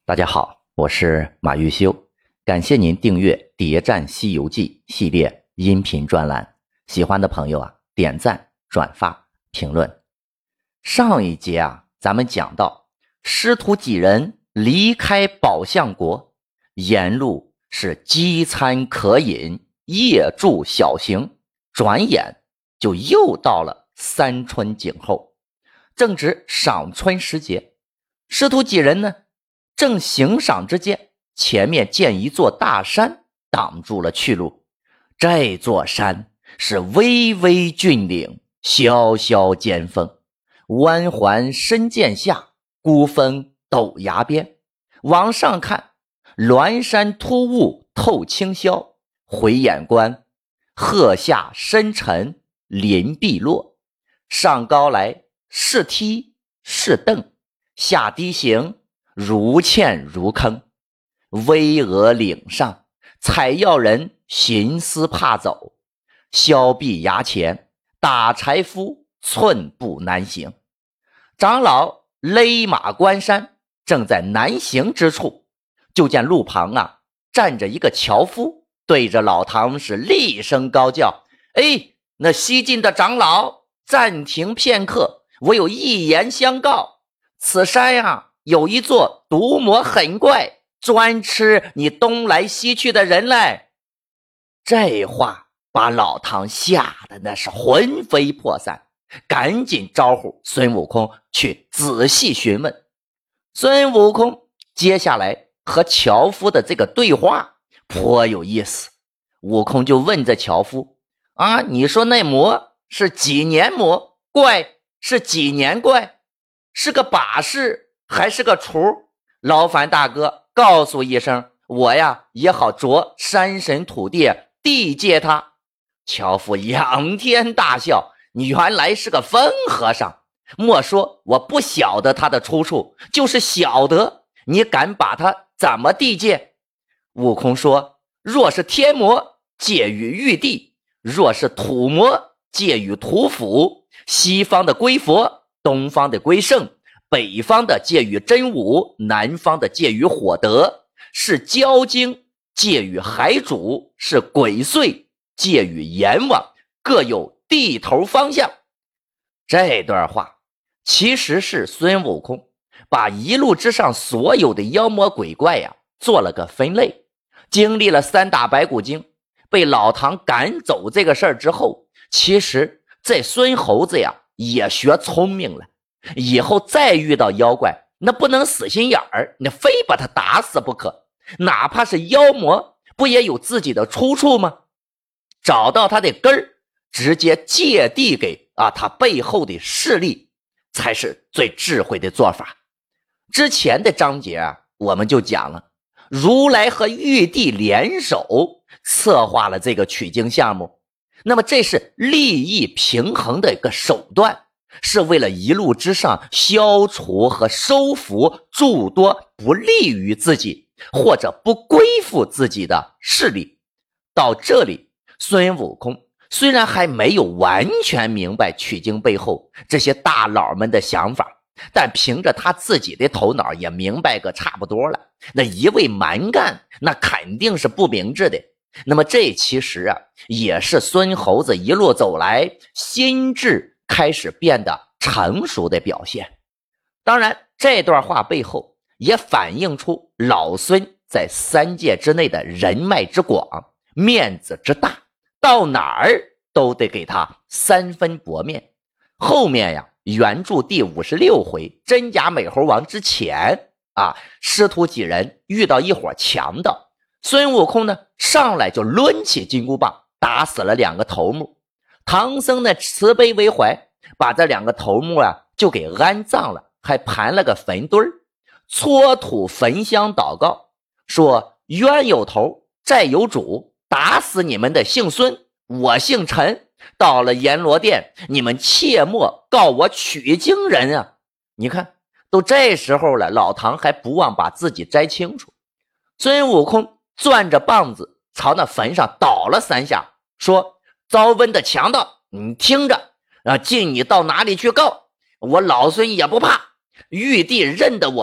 大家好，我是马玉修，感谢您订阅《谍战西游记》系列音频专栏。喜欢的朋友点赞、转发、评论。上一节咱们讲到师徒几人离开宝象国，沿路是饥餐渴饮，夜住小行，转眼就又到了三春景后，正值赏春时节。师徒几人呢正行赏之间，前面见一座大山挡住了去路。这座山是巍巍峻岭，萧萧尖峰，弯环深涧下，孤峰陡崖边。往上看，峦山突兀透清霄，回眼观，鹤下深沉林碧落。上高来是梯是凳，下低行如堑如坑。巍峨岭上，采药人寻思怕走，峭壁崖前，打柴夫寸步难行。长老勒马关山，正在难行之处，就见路旁站着一个樵夫，对着老唐是厉声高叫：那西晋的长老，暂停片刻，我有一言相告。此山有一座毒魔狠怪，专吃你东来西去的人来。这话把老唐吓得那是魂飞魄散，赶紧招呼孙悟空去仔细询问。孙悟空接下来和樵夫的这个对话颇有意思。悟空就问这樵夫你说那魔是几年魔，怪是几年怪，是个把式还是个厨？劳烦大哥告诉一声，我也好着山神土地地借他。樵夫仰天大笑，你原来是个疯和尚，莫说我不晓得他的出处，就是晓得，你敢把他怎么地借？悟空说，若是天魔，借与玉帝；若是土魔，借与土府。西方的归佛，东方的归圣，北方的借与真武，南方的借与火德，是蛟精借与海主，是鬼祟借与阎王，各有地头方向。这段话其实是孙悟空把一路之上所有的妖魔鬼怪做了个分类。经历了三打白骨精，被老唐赶走这个事儿之后，其实这孙猴子也学聪明了，以后再遇到妖怪，那不能死心眼儿，你非把他打死不可。哪怕是妖魔，不也有自己的出处吗？找到他的根儿，直接借地给他背后的势力，才是最智慧的做法。之前的章节我们就讲了，如来和玉帝联手策划了这个取经项目，那么这是利益平衡的一个手段，是为了一路之上消除和收服诸多不利于自己或者不归附自己的势力。到这里，孙悟空虽然还没有完全明白取经背后这些大佬们的想法，但凭着他自己的头脑也明白个差不多了。那一味蛮干，那肯定是不明智的。那么这其实也是孙猴子一路走来心智开始变得成熟的表现。当然，这段话背后也反映出老孙在三界之内的人脉之广，面子之大，到哪儿都得给他三分薄面。后面原著第56回真假美猴王之前师徒几人遇到一伙强盗，孙悟空呢上来就抡起金箍棒打死了两个头目。唐僧呢慈悲为怀，把这两个头目就给安葬了，还盘了个坟堆儿，搓土焚香祷告，说冤有头债有主，打死你们的姓孙，我姓陈，到了阎罗殿，你们切莫告我取经人你看都这时候了，老唐还不忘把自己摘清楚。孙悟空攥着棒子朝那坟上倒了3下，说，遭瘟的强盗，你听着进你到哪里去告，我老孙也不怕。玉帝认得我，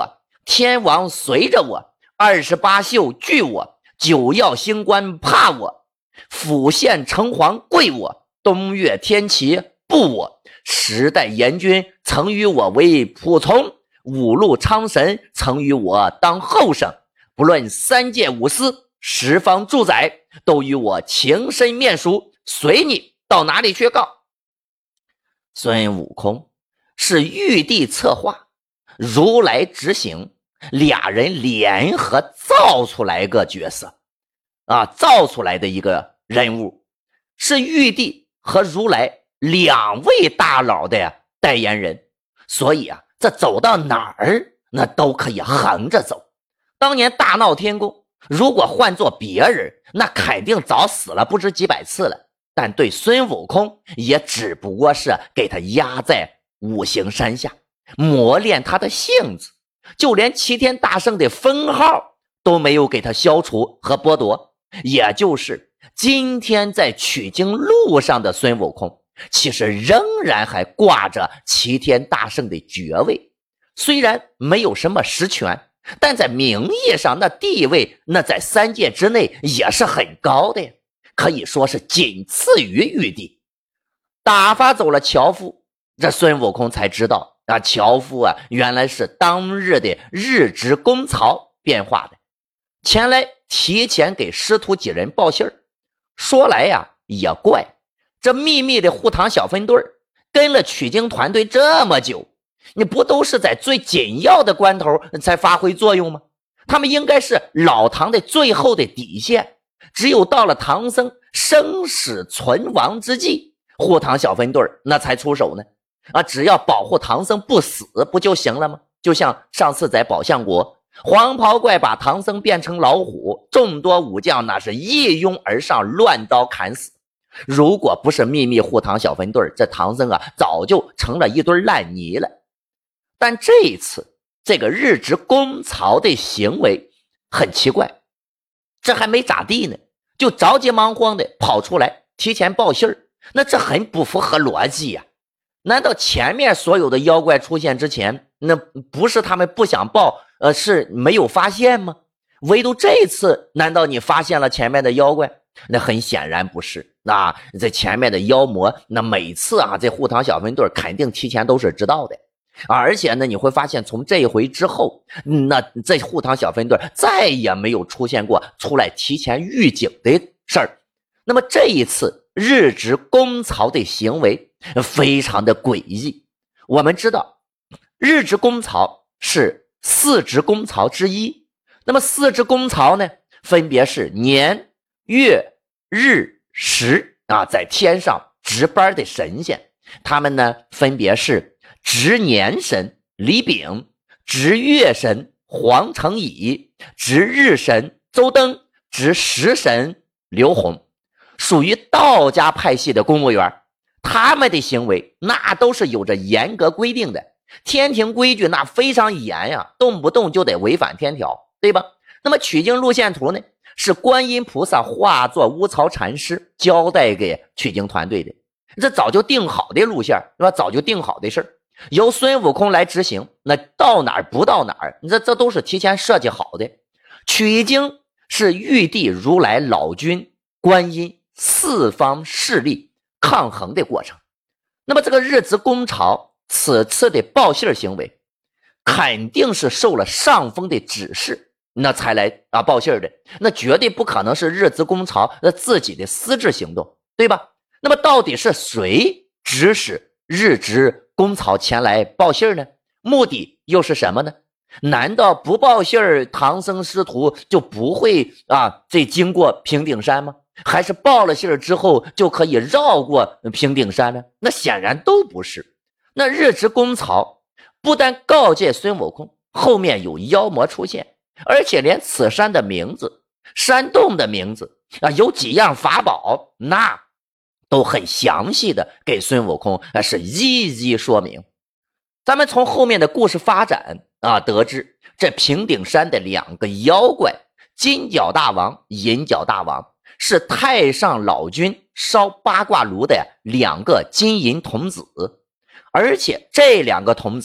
天王随着我，28宿惧我，九曜星官怕我，府县城隍跪我，东岳天齐布我，时代阎君曾与我为仆从，五路昌神曾与我当后生，不论三界五司十方主宰，都与我情深面熟，随你到哪里去告。孙悟空是玉帝策划，如来执行，俩人联合造出来一个角色造出来的一个人物，是玉帝和如来两位大佬的代言人。所以这走到哪儿那都可以横着走。当年大闹天宫，如果换做别人，那肯定早死了不知几百次了，但对孙悟空也只不过是给他压在五行山下，磨练他的性子，就连齐天大圣的封号都没有给他消除和剥夺。也就是今天在取经路上的孙悟空，其实仍然还挂着齐天大圣的爵位，虽然没有什么实权，但在名义上那地位那在三界之内也是很高的呀，可以说是仅次于玉帝。打发走了樵夫，这孙悟空才知道樵夫原来是当日的日值公曹变化的，前来提前给师徒几人报信儿。说来也怪，这秘密的护唐小分队跟了取经团队这么久，你不都是在最紧要的关头才发挥作用吗？他们应该是老唐的最后的底线，只有到了唐僧生死存亡之际，护唐小分队那才出手呢。只要保护唐僧不死不就行了吗？就像上次在宝象国，黄袍怪把唐僧变成老虎，众多武将那是一拥而上，乱刀砍死。如果不是秘密护唐小分队，这唐僧早就成了一堆烂泥了。但这一次这个日值公曹的行为很奇怪，这还没咋地呢，就着急忙慌的跑出来提前报信儿，那这很不符合逻辑呀。难道前面所有的妖怪出现之前，那不是他们不想报，是没有发现吗？唯独这次，难道你发现了前面的妖怪？那很显然不是。这前面的妖魔，那每次这护唐小分队肯定提前都是知道的。而且呢，你会发现从这一回之后，那这护唐小分队再也没有出现过出来提前预警的事儿。那么这一次日值公曹的行为非常的诡异。我们知道日值公曹是四值公曹之一，那么四值公曹呢，分别是年月日时在天上值班的神仙，他们呢分别是值年神李炳，值月神黄承乙，值日神周登，值时神刘洪，属于道家派系的公务员。他们的行为那都是有着严格规定的，天庭规矩那非常严动不动就得违反天条，对吧？那么取经路线图呢，是观音菩萨化作乌曹禅师交代给取经团队的，这早就定好的路线，是吧？早就定好的事儿，由孙悟空来执行，那到哪儿不到哪儿，这都是提前设计好的。取经是玉帝、如来、老君、观音四方势力抗衡的过程。那么这个日值公曹此次的报信行为，肯定是受了上峰的指示，那才来报信的，那绝对不可能是日值公曹自己的私自行动，对吧？那么到底是谁指使日值公曹前来报信呢？目的又是什么呢？难道不报信唐僧师徒就不会这经过平顶山吗？还是报了信之后就可以绕过平顶山呢？那显然都不是。那日值公曹不但告诫孙悟空后面有妖魔出现，而且连此山的名字、山洞的名字有几样法宝，那都很详细的给孙悟空是一一说明。咱们从后面的故事发展得知这平顶山的两个妖怪金角大王、银角大王是太上老君烧八卦炉的两个金银童子，而且这两个童子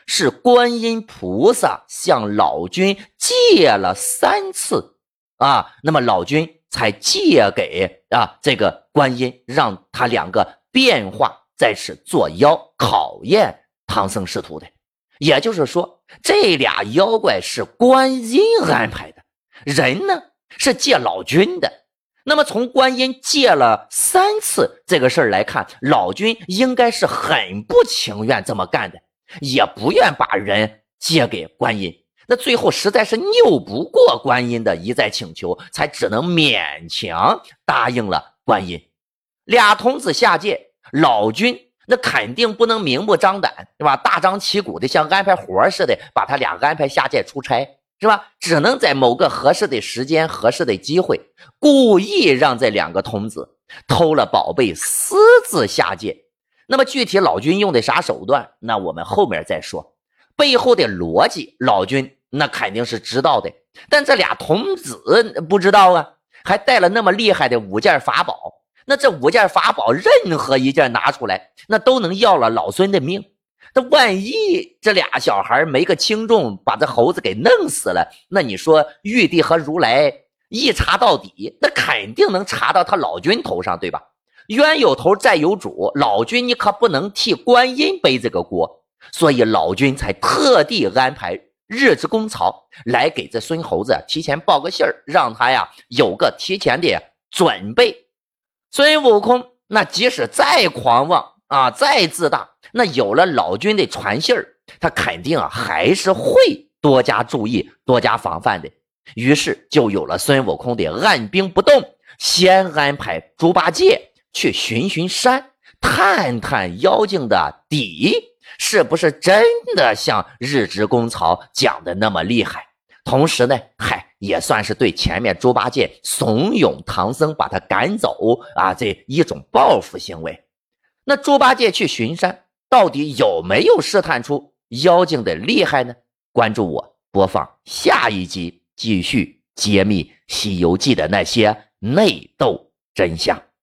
是观音菩萨向老君借了3次啊，那么老君才借给这个观音，让他两个变化在此作妖，考验唐僧师徒的。也就是说，这俩妖怪是观音安排的，人呢是借老君的。那么从观音借了3次这个事儿来看，老君应该是很不情愿这么干的，也不愿把人借给观音。那最后实在是拗不过观音的一再请求，才只能勉强答应了观音。俩童子下界，老君那肯定不能明目张胆，对吧？大张旗鼓的像安排活似的把他俩安排下界出差，是吧？只能在某个合适的时间、合适的机会，故意让这两个童子偷了宝贝私自下界。那么具体老君用的啥手段，那我们后面再说。背后的逻辑，老君那肯定是知道的，但这俩童子不知道啊，还带了那么厉害的5件法宝。那这5件法宝任何一件拿出来，那都能要了老孙的命。那万一这俩小孩没个轻重，把这猴子给弄死了，那你说玉帝和如来一查到底，那肯定能查到他老君头上，对吧？冤有头债有主，老君你可不能替观音背这个锅，所以老君才特地安排日之公曹来给这孙猴子提前报个信儿，让他呀有个提前的准备。孙悟空那即使再狂妄再自大，那有了老君的传信儿，他肯定还是会多加注意、多加防范的。于是就有了孙悟空的按兵不动，先安排猪八戒去巡巡山，探探妖精的底是不是真的像日之公曹讲的那么厉害。同时呢，也算是对前面猪八戒怂恿唐僧把他赶走这一种报复行为。那猪八戒去巡山，到底有没有试探出妖精的厉害呢？关注我，播放下一集，继续揭秘《西游记》的那些内斗真相。